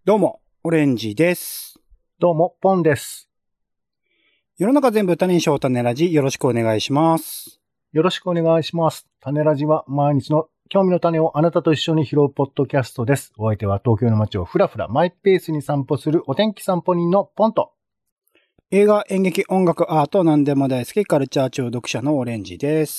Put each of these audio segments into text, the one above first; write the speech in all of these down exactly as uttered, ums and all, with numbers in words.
どうも、オレンジです。 どうも、ポンです。 世の中全部種にしよう種ラジ、よろしくお願いします。 よろしくお願いします。種ラジは毎日の興味の種をあなたと一緒に拾うポッドキャストです。お相手は東京の街をふらふらマイペースに散歩するお天気散歩人のポンと。 映画、演劇、音楽、アート、何でも大好き、カルチャー中毒者のオレンジです。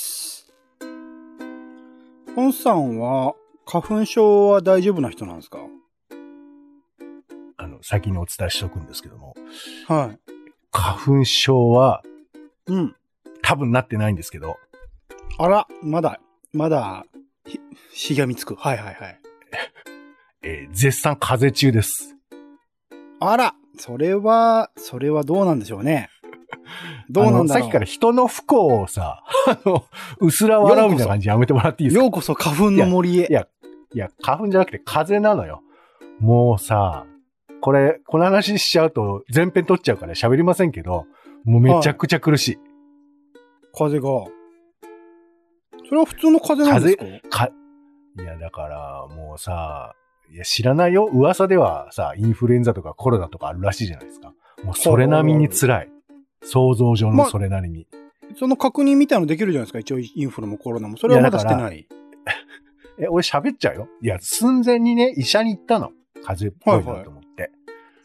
ポンさんは、花粉症は大丈夫な人なんですか？ あの、先にお伝えしておくんですけども。 はい。 花粉症は、 うん。 多分なってないんですけど。 あら、まだ、まだ、ひ、しがみつく。はいはいはい。 えー、絶賛風邪中です。 あら、それは、それはどうなんでしょうね。どうなんだろう。 さっきから人の不幸をさ、あの、うすら笑うみたいな感じやめてもらっていいですか？ ようこそ花粉の森へ。 いや、いや、いや花粉じゃなくて風邪なのよ。もうさ、これ、この話しちゃうと全編取っちゃうから喋りませんけど、もうめちゃくちゃ苦しい。はい、 風邪が。それは普通の風邪なんですか？ 風か、いや、だから、もうさ、いや、知らないよ。噂ではさ、インフルエンザとかコロナとかあるらしいじゃないですか。もうそれなみに辛い。想像上のそれなりに。 ま、その確認みたいなのできるじゃないですか。一応インフルもコロナも。それはまだしてない。いえ、俺喋っちゃうよ。いや、寸前にね、医者に行ったの。風邪っぽいなと思って。はいはい、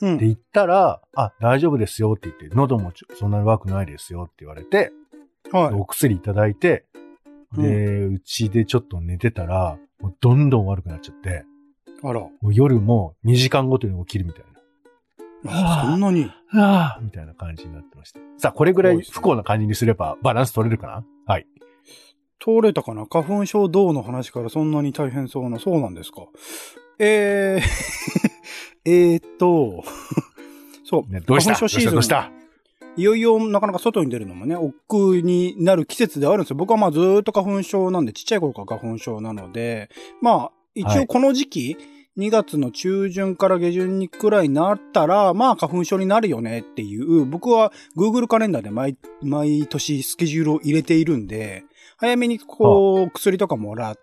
うん。で、行ったら、あ、大丈夫ですよって言って、喉もそんなに悪くないですよって言われて、はい。お薬いただいて、で、うち、ん、でちょっと寝てたら、もうどんどん悪くなっちゃって、 あら。 もう夜もにじかんごとに起きるみたいな。あ、そんなにああみたいな感じになってました。さあ、これぐらい不幸な感じにすればバランス取れるかな？はい。 取れたかな？花粉症どうの話からそんなに大変そうな、そうなんですか。えー、えーっと、そう、 ね、どうした花粉症シーズン。どうしたどうしたいよいよなかなか外に出るのもね、億劫になる季節ではあるんですよ。僕はまあずーっと花粉症なんで、ちっちゃい頃から花粉症なので、まあ、一応この時期、はい、にがつの中旬から下旬にくらいになったら、まあ花粉症になるよねっていう、僕は Google カレンダーで毎、毎年スケジュールを入れているんで、早めにこう、薬とかもらって、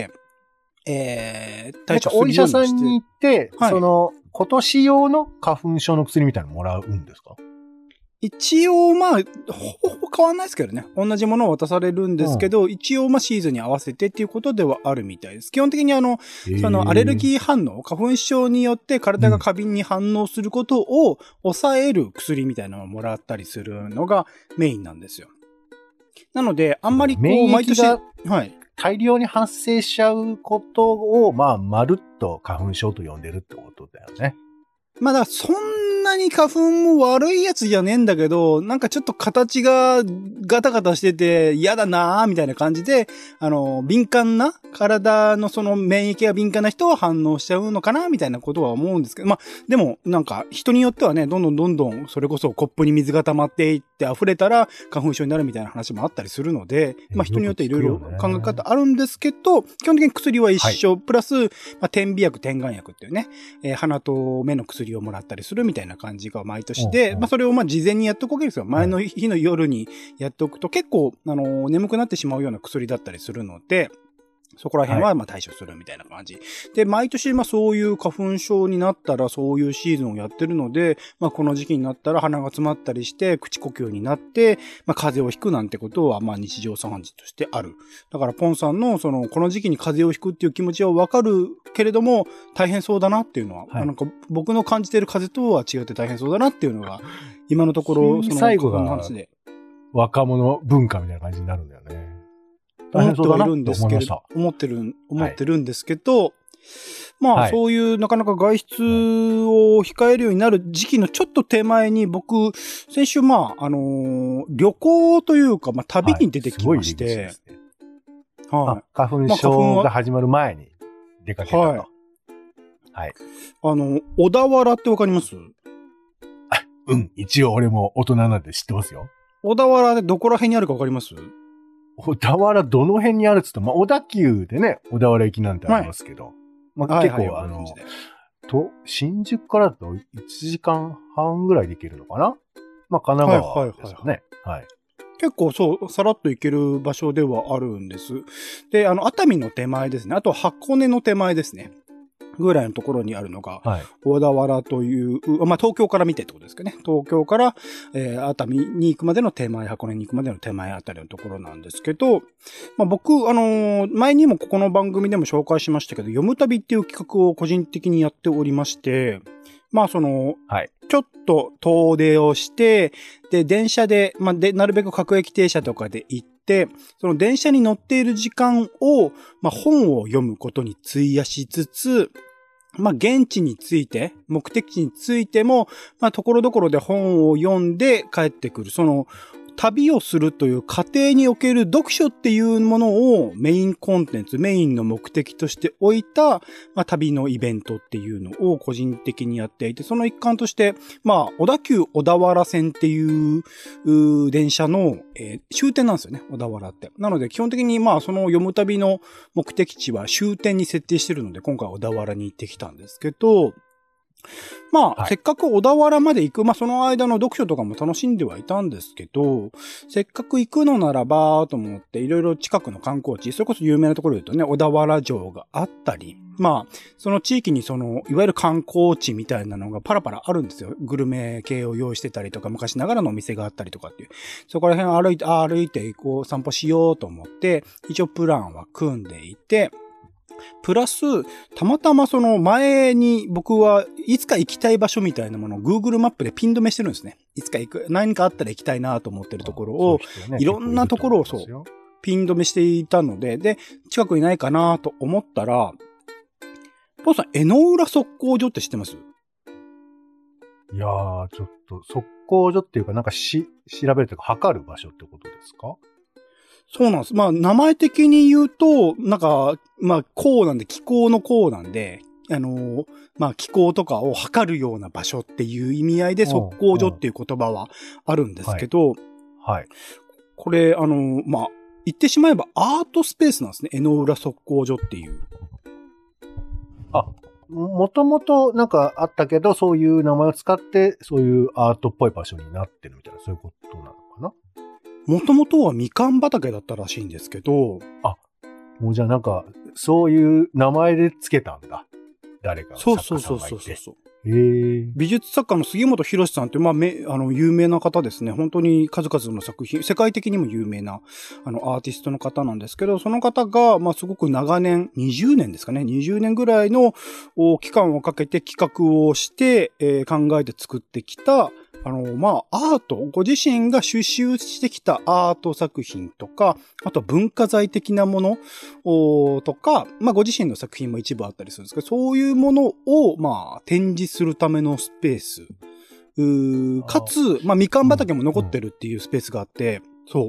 えー、 対処するようにして。お医者さんに行って、はい、その、今年用の花粉症の薬みたいなのもらうんですか？ 一応、まあ、ほぼほぼ変わんないですけどね。同じものを渡されるんですけど、うん、一応、まあ、シーズンに合わせてっていうことではあるみたいです。基本的にあの、その、アレルギー反応、花粉症によって体が過敏に反応することを抑える薬みたいなのをもらったりするのがメインなんですよ。なので、あんまりこう、毎年、はい。 大量に発生しちゃうことを、まあ、まるっと花粉症と呼んでるってことだよね。 まあだ、そんなに花粉も悪いやつじゃねえんだけど、なんかちょっと形がガタガタしてて嫌だなーみたいな感じで、あの、敏感な、体のその免疫が敏感な人は反応しちゃうのかなみたいなことは思うんですけど、まあ、でもなんか人によってはね、どんどんどんどんそれこそコップに水が溜まっていって溢れたら花粉症になるみたいな話もあったりするので、まあ人によっていろいろ考え方あるんですけど、基本的に薬は一緒、はい、プラス、まあ、点鼻薬、点眼薬っていうね、えー、鼻と目の薬をもらったりするみたいな感じが毎年で、うんうん、まあそれをまあ事前にやっておくわけですよ。前の日の夜にやっておくと結構、あのー、眠くなってしまうような薬だったりするので、そこら辺はまあ対処するみたいな感じ。はい、で、毎年まあそういう花粉症になったらそういうシーズンをやってるので、まあこの時期になったら鼻が詰まったりして口呼吸になって、まあ風邪をひくなんてことはまあ日常茶飯事としてある。だからポンさんのそのこの時期に風邪をひくっていう気持ちはわかるけれども大変そうだなっていうのは、はい、なんか僕の感じている風邪とは違って大変そうだなっていうのが今のところその最後が若者文化みたいな感じになるんだよね。 思ってはいるんですけど、思ってる、思ってるんですけど、はい、まあ、はい、そういうなかなか外出を控えるようになる時期のちょっと手前に僕、先週まあ、あのー、旅行というか、まあ、旅に出てきまして、はい、 すごいですね。はい。花粉症が始まる前に出かけたと。はい。はい。 あの、小田原ってわかります？ あ、うん。一応俺も大人なんで知ってますよ。 小田原でどこら辺にあるかわかります？ 小田原どの辺にあるっつったら、まあ、小田急でね、小田原駅なんてありますけど、はい、まあ、結構、はいはい、あの、と、新宿からだといちじかんはんぐらいで行けるのかな？まあ、神奈川ですよね。はいはいはいはい。 結構そう、さらっと行ける場所ではあるんです。で、あの、熱海の手前ですね。あと、箱根の手前ですね。 ぐらいのところにあるのが、 はい、 小田原という、まあ、東京から見てってことですけどね。東京から、えー、熱海に行くまでの手前、箱根に行くまでの手前あたりのところなんですけど、まあ、僕、あのー、前にもここの番組でも紹介しましたけど、読む旅っていう企画を個人的にやっておりまして、まあ、その、はい、ちょっと遠出をして、で、電車で、まあ、で、なるべく各駅停車とかで行って、その電車に乗っている時間を、まあ、本を読むことに費やしつつ、まあ、現地について、目的地についても、まあ、ところどころで本を読んで帰ってくる。その、旅をするという過程における読書っていうものをメインコンテンツ、メインの目的として置いた、まあ、旅のイベントっていうのを個人的にやっていて、その一環として、まあ、小田急小田原線っていう、う電車の、えー、終点なんですよね、小田原って。なので、基本的にまあ、その読む旅の目的地は終点に設定してるので、今回小田原に行ってきたんですけど、まあ、はい、せっかく小田原まで行く、まあその間の読書とかも楽しんではいたんですけど、せっかく行くのならば、と思って、いろいろ近くの観光地、それこそ有名なところで言うとね、小田原城があったり、まあ、その地域にその、いわゆる観光地みたいなのがパラパラあるんですよ。グルメ系を用意してたりとか、昔ながらのお店があったりとかっていう。そこら辺歩いて、あ歩いて行こう、散歩しようと思って、一応プランは組んでいて、プラス、たまたまその前に僕はいつか行きたい場所みたいなものを Google マップでピン止めしてるんですね。いつか行く、何かあったら行きたいなと思ってるところを、いろんなところをそう、ピン止めしていたので、で、近くにないかなと思ったら、ポーさん、江ノ浦測候所って知ってます？ いやー、ちょっと、測候所っていうか、なんかし、調べるというか、測る場所ってことですか？ そうなんです。まあ、名前的に言うと、なんか、まあ、こうなんで、気候のこうなんで、あのー、まあ、気候とかを測るような場所っていう意味合いで、測候所っていう言葉はあるんですけど、 はい。はい、 これ、あのー、まあ、言ってしまえばアートスペースなんですね。江ノ浦測候所っていう。 あ、もともとなんかあったけど、そういう名前を使って、そういうアートっぽい場所になってるみたいな、そういうことなのかな？ もともとはみかん畑だったらしいんですけど。 あ、もうじゃあなんか、そういう名前でつけたんだ。誰かが作家さんがいて。そうそうそうそうそう。へー。 美術作家の杉本博さんって、まあ、め、あの、有名な方ですね。本当に数々の作品、世界的にも有名な、あの、アーティストの方なんですけど、その方が、まあ、すごく長年、にじゅうねんですかね。にじゅうねんぐらいの期間をかけて企画をして、えー、考えて作ってきた、あの、まあ、アート、ご自身が収集してきたアート作品とか、あとは文化財的なものとか、まあ、ご自身の作品も一部あったりするんですけど、そういうものを、まあ、展示するためのスペース。うーかつ、まあ、みかん畑も残ってるっていうスペースがあって、そう。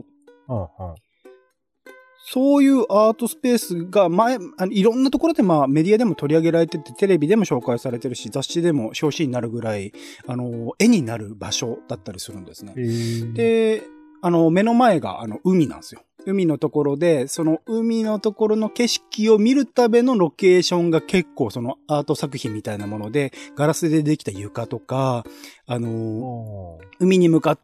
うんうん、 そういうアートスペースが前、あのいろんなところでまあメディアでも取り上げられてて、テレビでも紹介されてるし、雑誌でも表紙になるぐらい、あの、絵になる場所だったりするんですね。で、あの、目の前があの海なんですよ。海のところで、その海のところの景色を見るためのロケーションが結構そのアート作品みたいなもので、ガラスでできた床とか、あの、海に向かって、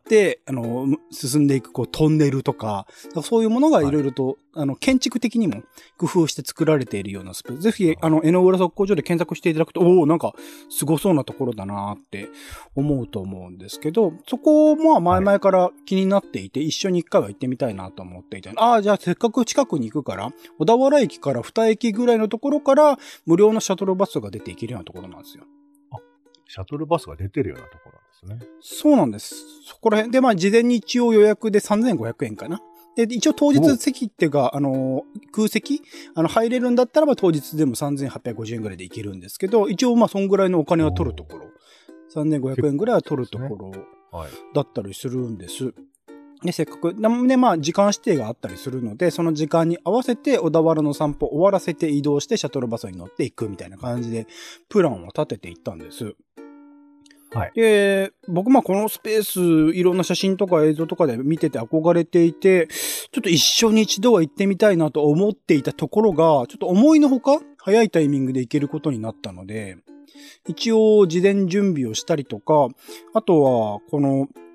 あの、進んでいくこうトンネルとか、そういうものがいろいろと、はい、あの、建築的にも工夫して作られているようなスペース。ぜひ、あの、江ノ浦測候所で検索していただくと、おおなんか、すごそうなところだなって思うと思うんですけど、そこも前々から気になっていて、はい、一緒に一回は行ってみたいなと思っていて、ああ、じゃあせっかく近くに行くから、小田原駅からに駅ぐらいのところから、無料のシャトルバスが出て行けるようなところなんですよ。 あ、シャトルバスが出てるようなところなんですね。 そうなんです。そこら辺で、まあ、事前に一応予約でさんぜんごひゃくえんかな。で、一応当日席っていうか、あの、空席あの、入れるんだったらば当日でもさんぜんはっぴゃくごじゅうえんぐらいで行けるんですけど、一応まあ、そんぐらいのお金は取るところ、さんぜんごひゃくえんぐらいは取るところだったりするんです。で、せっかく、で、まあ、時間指定があったりするので、その時間に合わせて小田原の散歩終わらせて移動してシャトルバスに乗っていくみたいな感じで、プランを立てていったんです。はい。で、僕まあこのスペースいろんな写真とか映像とかで見てて憧れていて、ちょっと一生に一度は行ってみたいなと思っていたところが、ちょっと思いのほか早いタイミングで行けることになったので、一応事前準備をしたりとか、あとはこの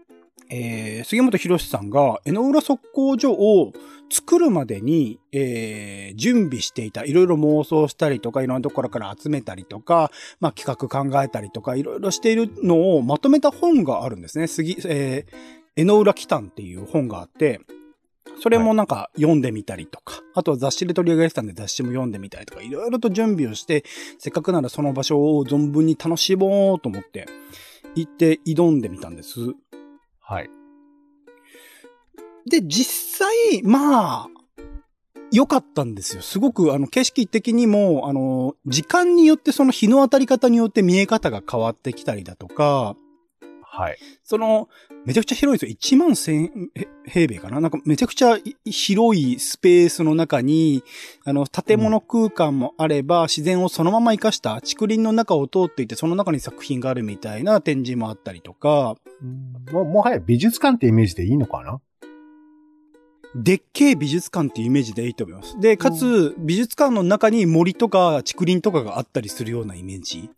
えー、杉本博さんが江ノ浦測候所を作るまでに、えー、準備していた、いろいろ妄想したりとか、いろんなところから集めたりとか、まあ企画考えたりとか、いろいろしているのをまとめた本があるんですね。杉、えー、江ノ浦奇譚っていう本があって、それもなんか読んでみたりとか、はい、あとは雑誌で取り上げてたんで雑誌も読んでみたりとか、いろいろと準備をして、せっかくならその場所を存分に楽しもうと思って、行って挑んでみたんです。 はい。 で、実際、まあ、良かったんですよ。すごく、あの、景色的にも、あの、時間によってその日の当たり方によって見え方が変わってきたりだとか、 はい。 その、めちゃくちゃ広いんですよ。いちまんせん平米かななんかめちゃくちゃ広いスペースの中に、あの、建物空間もあれば、うん、自然をそのまま活かした竹林の中を通っていて、その中に作品があるみたいな展示もあったりとか。 うん、も, もはや美術館ってイメージでいいのかな？ でっけえ美術館っていうイメージでいいと思います。で、かつ、美術館の中に森とか竹林とかがあったりするようなイメージ。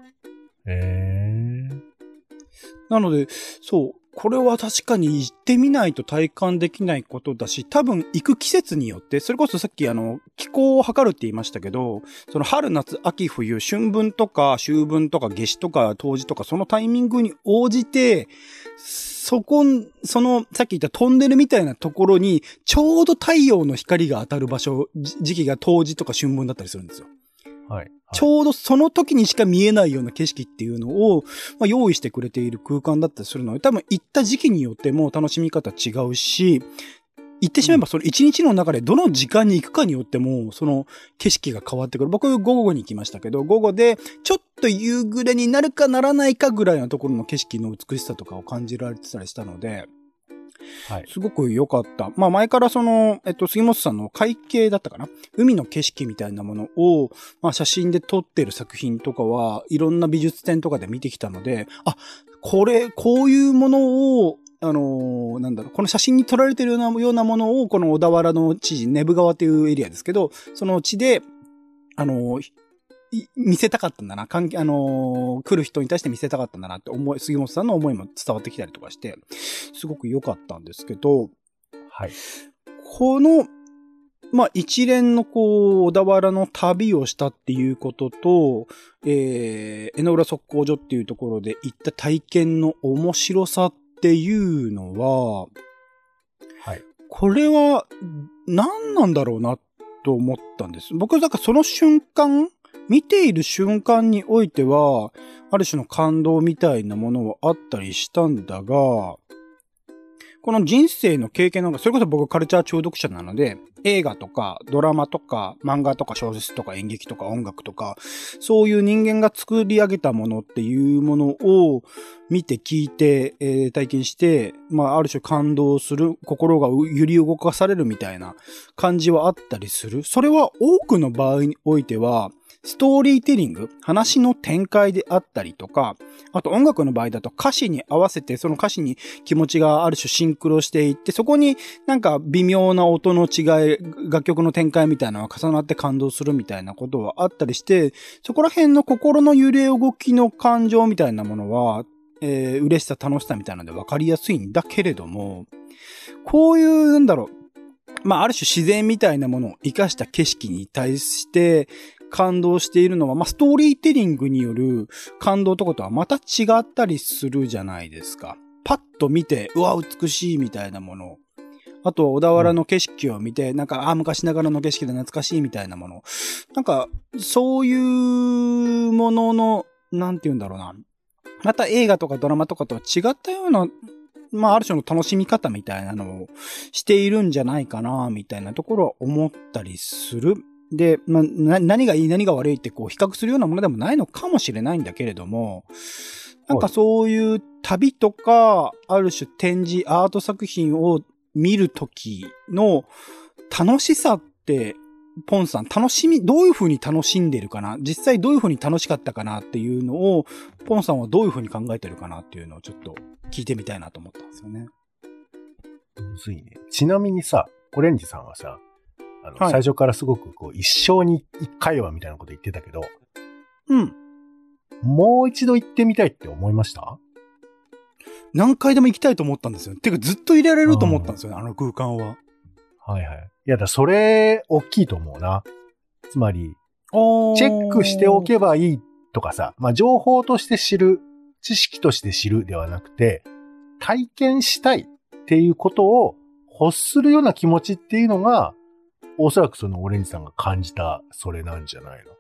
へー。 なので、そう、これは確かに行ってみないと体感できないことだし、多分行く季節によって、それこそさっきあの、気候を測るって言いましたけど、その春、夏、秋、冬、春分とか秋分とか夏至とか冬至とかそのタイミングに応じて、そこ、その、さっき言ったトンネルみたいなところに、ちょうど太陽の光が当たる場所、時期が冬至とか春分だったりするんですよ。 はい。はい、 ちょうどその時にしか見えないような景色っていうのを、まあ、用意してくれている空間だったりするので、多分行った時期によっても楽しみ方違うし、行ってしまえばその一日の中でどの時間に行くかによっても、その景色が変わってくる。僕午後に行きましたけど、午後でちょっと夕暮れになるかならないかぐらいのところの景色の美しさとかを感じられてたりしたので、はい。すごく良かった。まあ前からその、えっと、杉本さんの海景だったかな？海の景色みたいなものを、まあ写真で撮ってる作品とかはいろんな美術展とかで見てきたので、あ、これ、こういうものを、あのー、なんだろう、この写真に撮られてるような、ようなものを、この小田原の地、根府川というエリアですけど、その地で、あのー、見せたかったんだな。関係、あのー、来る人に対して見せたかったんだなって思い、杉本さんの思いも伝わってきたりとかして、すごく良かったんですけど、 はい。 この、まあ、一連のこう、小田原の旅をしたっていうことと、えー、江ノ浦測候所っていうところで行った体験の面白さっていうのは、 はい。 これは、何なんだろうな、と思ったんです。僕、だからその瞬間、見ている瞬間においては、ある種の感動みたいなものはあったりしたんだが、この人生の経験なんか、それこそ僕カルチャー中毒者なので、映画とかドラマとか漫画とか小説とか演劇とか音楽とか、そういう人間が作り上げたものっていうものを見て聞いて、えー、体験して、まあある種感動する、心が揺り動かされるみたいな感じはあったりする。それは多くの場合においては、ストーリーテリング、話の展開であったりとか、あと音楽の場合だと歌詞に合わせてその歌詞に気持ちがある種シンクロしていって、そこになんか微妙な音の違い、楽曲の展開みたいなのが重なって感動するみたいなことはあったりして、そこら辺の心の揺れ動きの感情みたいなものは、えー、嬉しさ楽しさみたいなので分かりやすいんだけれども、こういう、なんだろう、まあある種自然みたいなものを生かした景色に対して、感動しているのは、まあ、ストーリーテリングによる感動とかとはまた違ったりするじゃないですか。パッと見て、うわ、美しいみたいなもの。あと、小田原の景色を見て、なんか、あ、昔ながらの景色で懐かしいみたいなもの。なんか、そういうものの、なんて言うんだろうな。また映画とかドラマとかとは違ったような、まあ、ある種の楽しみ方みたいなのをしているんじゃないかな、みたいなところは思ったりする。で、まあ、な、何がいい何が悪いってこう比較するようなものでもないのかもしれないんだけれども、なんかそういう旅とか、ある種展示、アート作品を見るときの楽しさって、ポンさん、楽しみ、どういう風に楽しんでるかな？実際どういう風に楽しかったかなっていうのを、ポンさんはどういう風に考えてるかなっていうのをちょっと聞いてみたいなと思ったんですよね。 むずいね。ちなみにさ、オレンジさんはさ、あの、 はい、 最初からすごくこう一生に一回はみたいなこと言ってたけど、 うん。 もう一度行ってみたいって思いました？ 何回でも行きたいと思ったんですよ。てかずっと入れられると思ったんですよね、あの空間は。 はいはい。いやだ、それ、大きいと思うな。つまり、チェックしておけばいいとかさ、まあ、情報として知る、知識として知るではなくて、体験したいっていうことを欲するような気持ちっていうのが、おそらくそのオレンジさんが感じたそれなんじゃないの？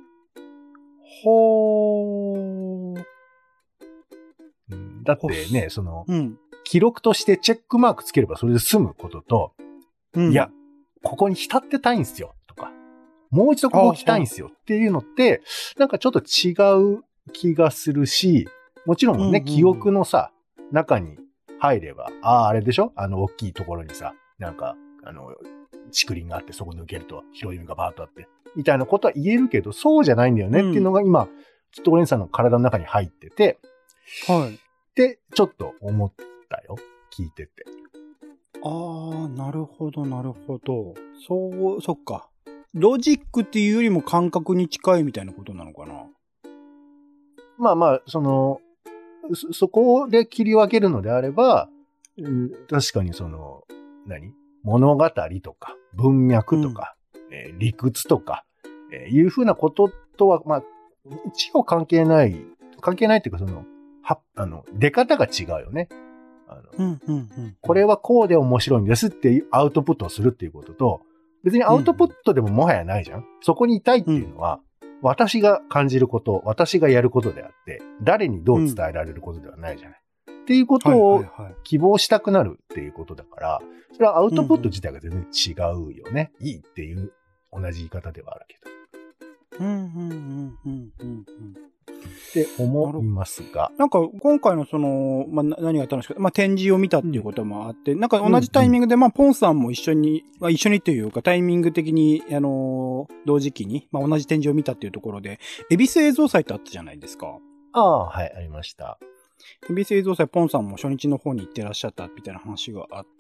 ほー。 うん、だってね、その、 うん、 記録としてチェックマークつければそれで済むことと、うん、いや、ここに浸ってたいんすよとか、もう一度ここ来たいんすよっていうのって、なんかちょっと違う気がするし、もちろんね、うんうんうん、記憶のさ、中に入れば、ああ、あれでしょ？あの、大きいところにさ、なんか、あの、竹林があってそこ抜けると広い海がバーッとあって、みたいなことは言えるけど、そうじゃないんだよねっていうのが今、うん、きっとオレンジさんの体の中に入ってて、 はい。 で、ちょっと思ったよ。聞いてて。 ああ、なるほど、なるほど。そう、そっか。ロジックっていうよりも感覚に近いみたいなことなのかな。 まあまあ、その、そ、そこで切り分けるのであれば、うん、確かにその、何？物語とか、文脈とか、うんえー、理屈とか、えー、いうふうなこととは、まあ、一応関係ない、関係ないっていうかその、は、あの、出方が違うよね。あの、 うんうんうん、 これはこうで面白いんですっていうアウトプットをするっていうことと、別にアウトプットでももはやないじゃん。うん、そこにいたいっていうのは、うん、私が感じること、私がやることであって、誰にどう伝えられることではないじゃない。うん、っていうことを希望したくなるっていうことだから、それはアウトプット自体が全然違うよね。うんうん、いいっていう同じ言い方ではあるけど。 うんうんうんうんうんって思いますが。 なんか今回のその、まあ、何が楽しかった、まあ、展示を見たっていうこともあって、うん、なんか同じタイミングで、まあ、ポンさんも一緒に、まあ、一緒にっていうかタイミング的に、あのー、同時期に、まあ、同じ展示を見たっていうところで、恵比寿映像祭ってあったじゃないですか。 ああ、はい、ありました。 恵比寿映像祭、ポンさんも初日の方に行ってらっしゃったみたいな話があって、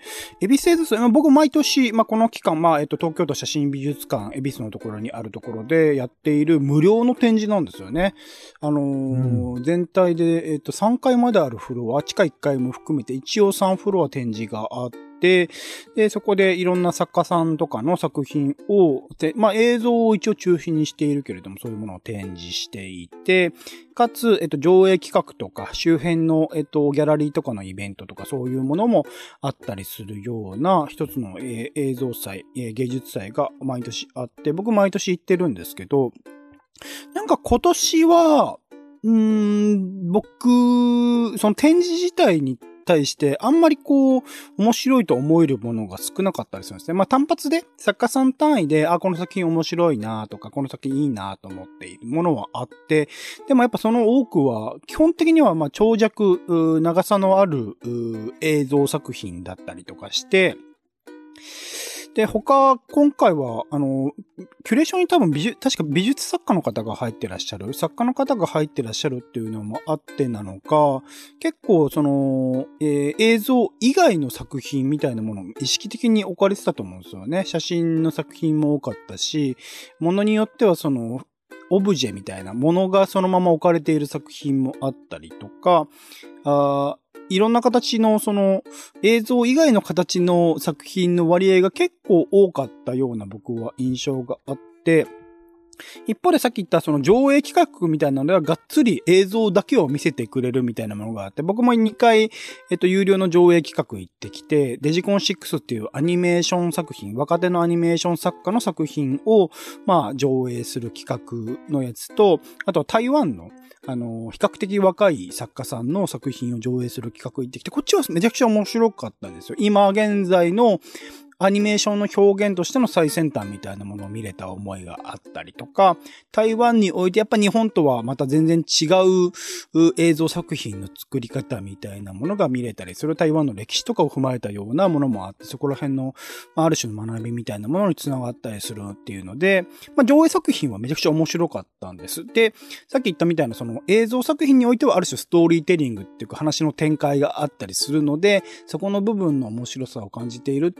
恵比寿映像祭、まあ、僕毎年、まあ、この期間、まあ、えっと、東京都写真美術館、恵比寿のところにあるところでやっている無料の展示なんですよね。あのーうん、全体で、えっと、さんかいまであるフロア、地下いっかいも含めて一応さんフロア展示があって、で、で、そこでいろんな作家さんとかの作品を、まあ、映像を一応中心にしているけれども、そういうものを展示していて、かつ、えっと、上映企画とか、周辺の、えっと、ギャラリーとかのイベントとか、そういうものもあったりするような、一つの、えー、映像祭、えー、芸術祭が毎年あって、僕毎年行ってるんですけど、なんか今年は、うーん、僕、その展示自体に対してあんまりこう面白いと思えるものが少なかったりするんですね。まあ単発で作家さん単位で、あ、この作品面白いなとか、この作品いいなと思っているものはあって、でもやっぱその多くは基本的にはまあ長尺、長さのある映像作品だったりとかして、で、他、今回は、あの、キュレーションに多分美術、確か美術作家の方が入ってらっしゃる、作家の方が入ってらっしゃるっていうのもあってなのか、結構その、えー、映像以外の作品みたいなものを意識的に置かれてたと思うんですよね。写真の作品も多かったし、ものによってはその、オブジェみたいなものがそのまま置かれている作品もあったりとか、あいろんな形のその映像以外の形の作品の割合が結構多かったような僕は印象があって、一方でさっき言ったその上映企画みたいなのではがっつり映像だけを見せてくれるみたいなものがあって、僕もにかい、えっと、有料の上映企画行ってきて、デジコンシックスっていうアニメーション作品、若手のアニメーション作家の作品を、まあ、上映する企画のやつと、あとは台湾のあの、比較的若い作家さんの作品を上映する企画行ってきて、こっちはめちゃくちゃ面白かったんですよ。今現在のアニメーションの表現としての最先端みたいなものを見れた思いがあったりとか、台湾においてやっぱ日本とはまた全然違う映像作品の作り方みたいなものが見れたり、それを台湾の歴史とかを踏まえたようなものもあって、そこら辺のある種の学びみたいなものにつながったりするっていうので、まあ、上映作品はめちゃくちゃ面白かったんです。で、さっき言ったみたいなその映像作品においてはある種ストーリーテリングっていうか話の展開があったりするので、そこの部分の面白さを感じているっていう意味では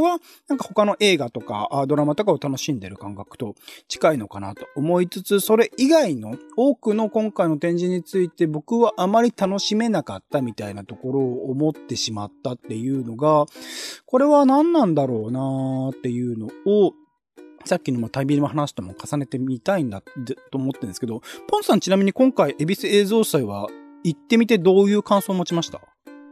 は、なんか他の映画とかドラマとかを楽しんでる感覚と近いのかなと思いつつ、それ以外の多くの今回の展示について僕はあまり楽しめなかったみたいなところを思ってしまったっていうのが、これは何なんだろうなーっていうのを、さっきの旅の話とも重ねてみたいんだと思ってるんですけど、ポンさんちなみに今回恵比寿映像祭は行ってみてどういう感想を持ちました？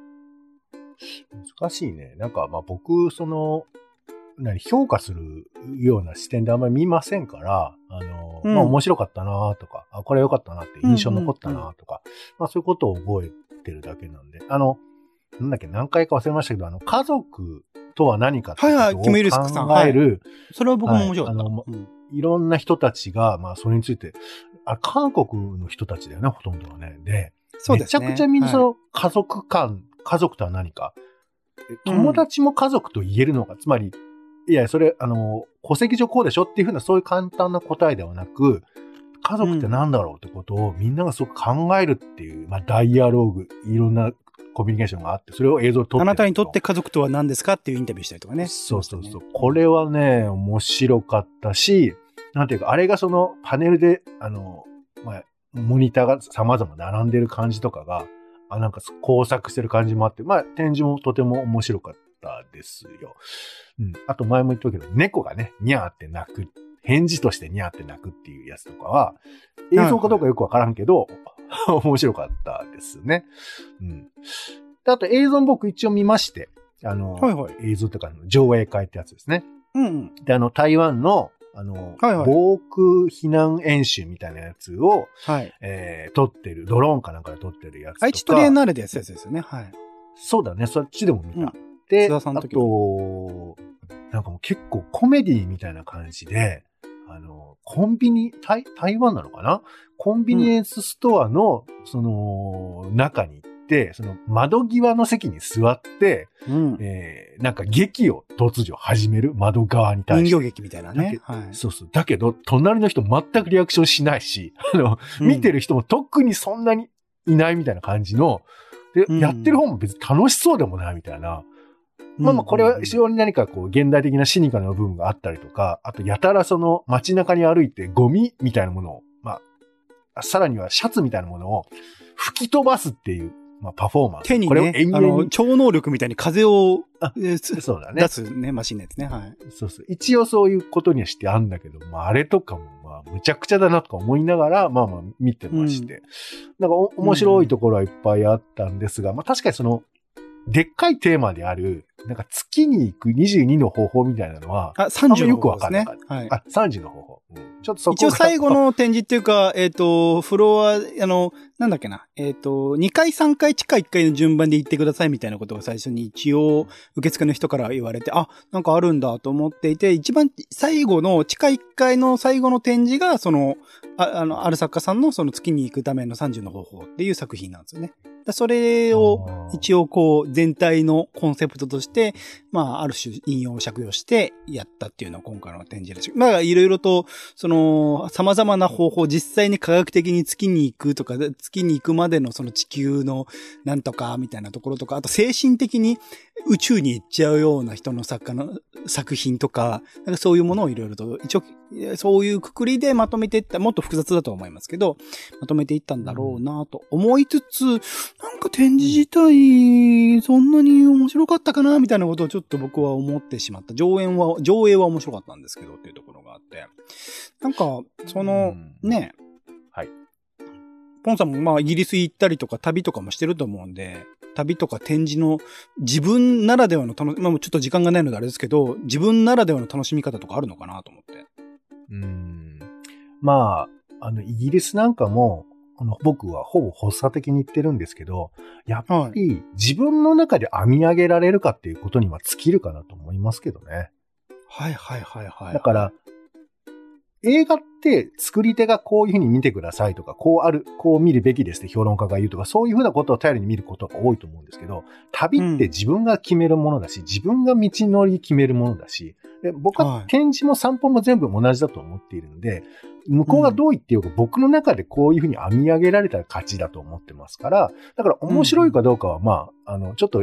難しいね。なんかまあ僕、その、何、評価するような視点であんまり見ませんから、あの、うん、まあ面白かったなとか、あ、これ良かったなって印象残ったなとか、うんうんうん、まあそういうことを覚えてるだけなんで、あの、なんだっけ、何回か忘れましたけど、あの、家族とは何かってことを考える、はいはい、キム・イルスクさん、はい、 それは僕も面白かった。 はい、あの、うん、いろんな人たちが、まあそれについて、あ、韓国の人たちだよね、ほとんどはね。で、そうですね、めちゃくちゃみんなその家族感、はい、家族とは何か、友達も家族と言えるのか、うん、つまり、いや、それ、あの、戸籍上こうでしょっていうふうな、そういう簡単な答えではなく、家族って何だろうってことをみんながすごく考えるっていう、まあ、ダイアローグ、いろんなコミュニケーションがあって、それを映像を撮って。 あなたにとって家族とは何ですかっていうインタビューしたりとかね。 そうそうそう。これはね、面白かったし、なんていうか、あれがそのパネルで、あの、まあ、モニターが様々並んでる感じとかが、あ、なんか工作してる感じもあって、まあ、展示もとても面白かったですよ。うん。あと前も言ったけど、猫がね、ニャーって鳴く。返事としてニャーって鳴くっていうやつとかは、映像かどうかよくわからんけど、はい、面白かったですね。うん。で、あと映像も僕一応見まして、あの、はいはい、映像とかの上映会ってやつですね。うん。で、あの、台湾の、あの、はいはい、防空避難演習みたいなやつを、はい、えー、撮ってる、ドローンかなんかで撮ってるやつとか。 愛知トリエンナーレでやつですよね。はい。 そうだね、そっちでも見た。うん、で、あと、なんかもう結構コメディみたいな感じで、あの、コンビニ、台、台湾なのかな？コンビニエンスストアの、うん、その、中に行って、その窓際の席に座って、うん、えー、なんか劇を突如始める、窓側に対して。 人形劇みたいなね。 はい。そうそう。だけど、隣の人全くリアクションしないし、あの、うん、見てる人も特にそんなにいないみたいな感じの、で、うん、やってる方も別に楽しそうでもないみたいな。まあまあこれは非常に何かこう現代的なシニカルな部分があったりとか、あとやたらその街中に歩いてゴミみたいなものを、まあ、さらにはシャツみたいなものを吹き飛ばすっていう、まあパフォーマンス。 手にね、これを延々にあの超能力みたいに風をそうだね。出すね、マシンのやつね。はい。 そうそう。一応そういうことにはしてあんだけど、まああれとかもまあむちゃくちゃだなとか思いながら、まあまあ見てまして。うん、なんかお面白いところはいっぱいあったんですが、まあ確かにその、でっかいテーマである、なんか月に行くにじゅうにの方法みたいなのは、 あ、さんじゅうの方法ですね。 よくわかんない。はい。あ、さんじゅうの方法。うん、ちょっとそこ一応最後の展示っていうか、えっ、ー、と、フロア、あの、なんだっけな。えっ、ー、と、にかいさんかい地下いっかいの順番で行ってくださいみたいなことが最初に一応、受付の人から言われて、あ、なんかあるんだと思っていて、一番最後の地下いっかいの最後の展示が、その、あ, あの、ある作家さんのその月に行くためのさんじゅうの方法っていう作品なんですよね。それを一応こう全体のコンセプトとして、まあある種引用を借用してやったっていうのが今回の展示です。まあいろいろとその様々な方法、実際に科学的に月に行くとか、月に行くまでのその地球のなんとかみたいなところとか、あと精神的に宇宙に行っちゃうような人の作家の作品とか、なんかそういうものをいろいろと一応そういうくくりでまとめていった、もっと複雑だと思いますけど、まとめていったんだろうなと思いつつ、なんか展示自体、そんなに面白かったかなみたいなことをちょっと僕は思ってしまった。上演は、上映は面白かったんですけどっていうところがあって。なんか、その、ね、 はい。 ポンさんもまあイギリス行ったりとか旅とかもしてると思うんで、旅とか展示の自分ならではの楽しみ、まあちょっと時間がないのであれですけど、自分ならではの楽しみ方とかあるのかなと思って。 うーん。まあ、あの、イギリスなんかも、この僕はほぼ発作的に言ってるんですけど、やっぱり自分の中で編み上げられるかっていうことには尽きるかなと思いますけどね。 はいはいはいはい。 だから、映画って作り手がこういうふうに見てくださいとか、こうある、こう見るべきですって評論家が言うとか、そういうふうなことを頼りに見ることが多いと思うんですけど、旅って自分が決めるものだし、うん、自分が道のり決めるものだし、で僕は展示も散歩も全部同じだと思っているので、向こうがどう言ってようか、うん、僕の中でこういうふうに編み上げられたら勝ちだと思ってますから、だから面白いかどうかは、まあ、あの、ちょっと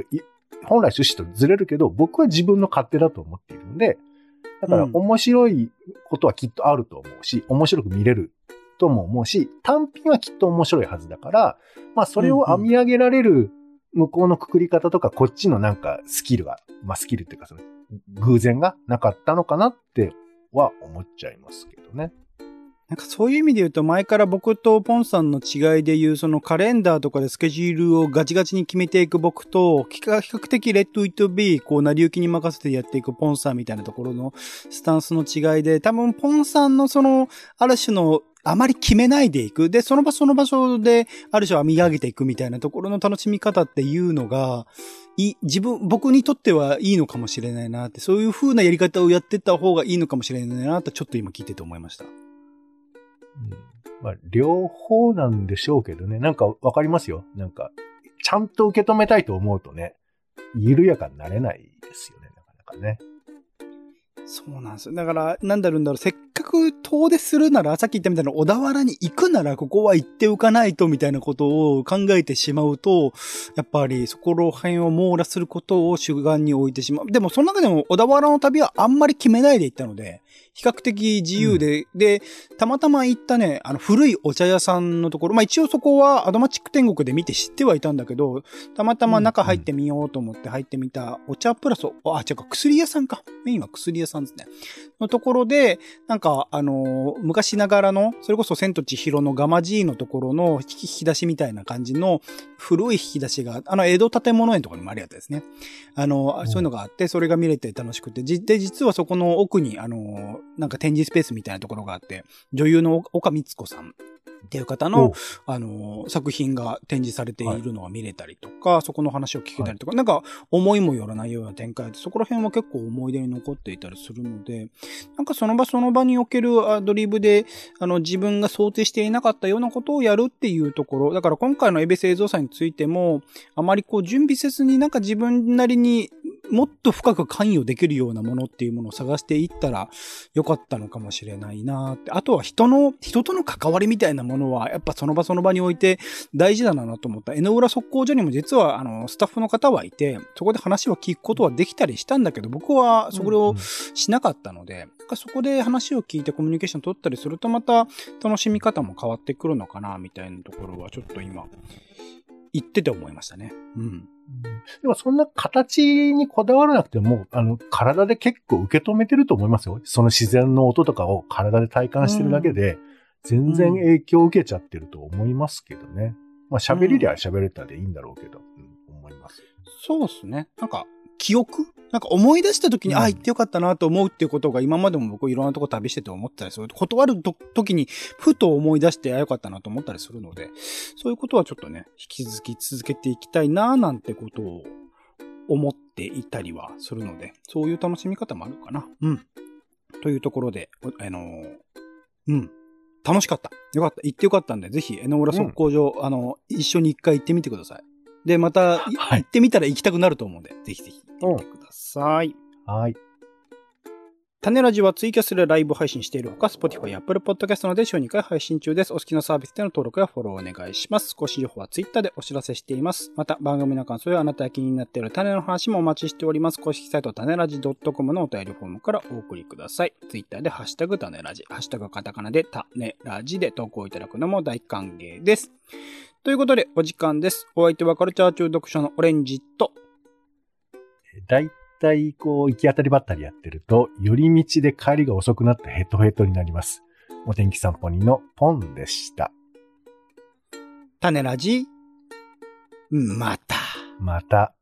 本来趣旨とずれるけど、僕は自分の勝手だと思っているので、だから面白いことはきっとあると思うし、面白く見れるとも思うし、単品はきっと面白いはずだから、まあそれを編み上げられる向こうのくくり方とか、こっちのなんかスキルが、まあスキルっていうかその偶然がなかったのかなっては思っちゃいますけどね。 なんかそういう意味で言うと、前から僕とポンさんの違いで言う、そのカレンダーとかでスケジュールをガチガチに決めていく僕と、比較的レッドイットビー、こう、成り行きに任せてやっていくポンさんみたいなところのスタンスの違いで、多分ポンさんのその、ある種の、あまり決めないでいく。で、その場その場所で、ある種編み上げていくみたいなところの楽しみ方っていうのが、い、自分、僕にとってはいいのかもしれないなって、そういう風なやり方をやっていった方がいいのかもしれないなって、ちょっと今聞いてて思いました。 うん、まあ、両方なんでしょうけどね。なんかわかりますよ。なんか、ちゃんと受け止めたいと思うとね、緩やかになれないですよね、なかなかね。 そうなんですよ。だから、なんだろうんだろう、せっかく遠出するなら、さっき言ったみたいな小田原に行くなら、ここは行っておかないと、みたいなことを考えてしまうと、やっぱりそこら辺を網羅することを主眼に置いてしまう。でも、その中でも小田原の旅はあんまり決めないで行ったので、比較的自由で、うん、で、たまたま行ったね、あの、古いお茶屋さんのところ、まあ一応そこはアドマチック天国で見て知ってはいたんだけど、たまたま中入ってみようと思って入ってみた、お茶プラス、あ、違うか、薬屋さんか。メインは薬屋さんですね。のところで、なんか、あのー、昔ながらの、それこそ千と千尋のガマジーのところの引き出しみたいな感じの古い引き出しが、あの、江戸建物園とかにもあるやつですね。あの、そういうのがあって、それが見れて楽しくて、で、実はそこの奥に、あのー、なんか展示スペースみたいなところがあって、女優の岡光子さんっていう方の、あのー、作品が展示されているのが見れたりとか、はい、そこの話を聞けたりとか、はい、なんか思いもよらないような展開で、そこら辺は結構思い出に残っていたりするので、なんかその場その場におけるアドリブで、あの、自分が想定していなかったようなことをやるっていうところ、だから今回のエベス映像祭についても、あまりこう準備せずになんか自分なりにもっと深く関与できるようなものっていうものを探していったらよかったのかもしれないなって。あとは人の、人との関わりみたいなものはやっぱその場その場において大事だなと思った。江ノ浦測候所にも実はあのスタッフの方はいて、そこで話を聞くことはできたりしたんだけど、僕はそれをしなかったので、うんうん、そこで話を聞いてコミュニケーション取ったりするとまた楽しみ方も変わってくるのかなみたいなところはちょっと今言ってて思いましたね。うん。 でもそんな形にこだわらなくても、あの、体で結構受け止めてると思いますよ。その自然の音とかを体で体感してるだけで、全然影響を受けちゃってると思いますけどね。まあ喋りりゃ喋れたでいいんだろうけど、うん、思います。 そうですね。なんか、記憶なんか思い出した時に、うん、あ、行ってよかったなと思うっていうことが今までも僕いろんなとこ旅してて思ったりする。断ると時にふと思い出して、あ、よかったなと思ったりするので、そういうことはちょっとね、引き続き続けていきたいななんてことを思っていたりはするので、そういう楽しみ方もあるかな。うん。というところで、あのー、うん。楽しかった。よかった。行ってよかったんで、ぜひ、江ノ浦測候所、うん、あの、一緒に一回行ってみてください。で、また、はい、行ってみたら行きたくなると思うんで、ぜひぜひ行ってみてください。 はい。 種ラジはツイキャスでライブ配信しているほか、Spotify、Apple Podcast などで週にかい配信中です。お好きなサービスでの登録やフォローお願いします。更新情報は Twitter でお知らせしています。また、番組の感想やあなたが気になっている種の話もお待ちしております。公式サイト種ラジ .com のお便りフォームからお送りください。Twitter でハッシュタグ種ラジ、ハッシュタグカタカナで種ラジで投稿いただくのも大歓迎です。ということで、お時間です。お相手はカルチャー中毒者のオレンジと、 だいたいこう行き当たりばったりやってると、寄り道で帰りが遅くなってヘトヘトになります。お天気散歩人のポンでした。 種ラジ、また。 また。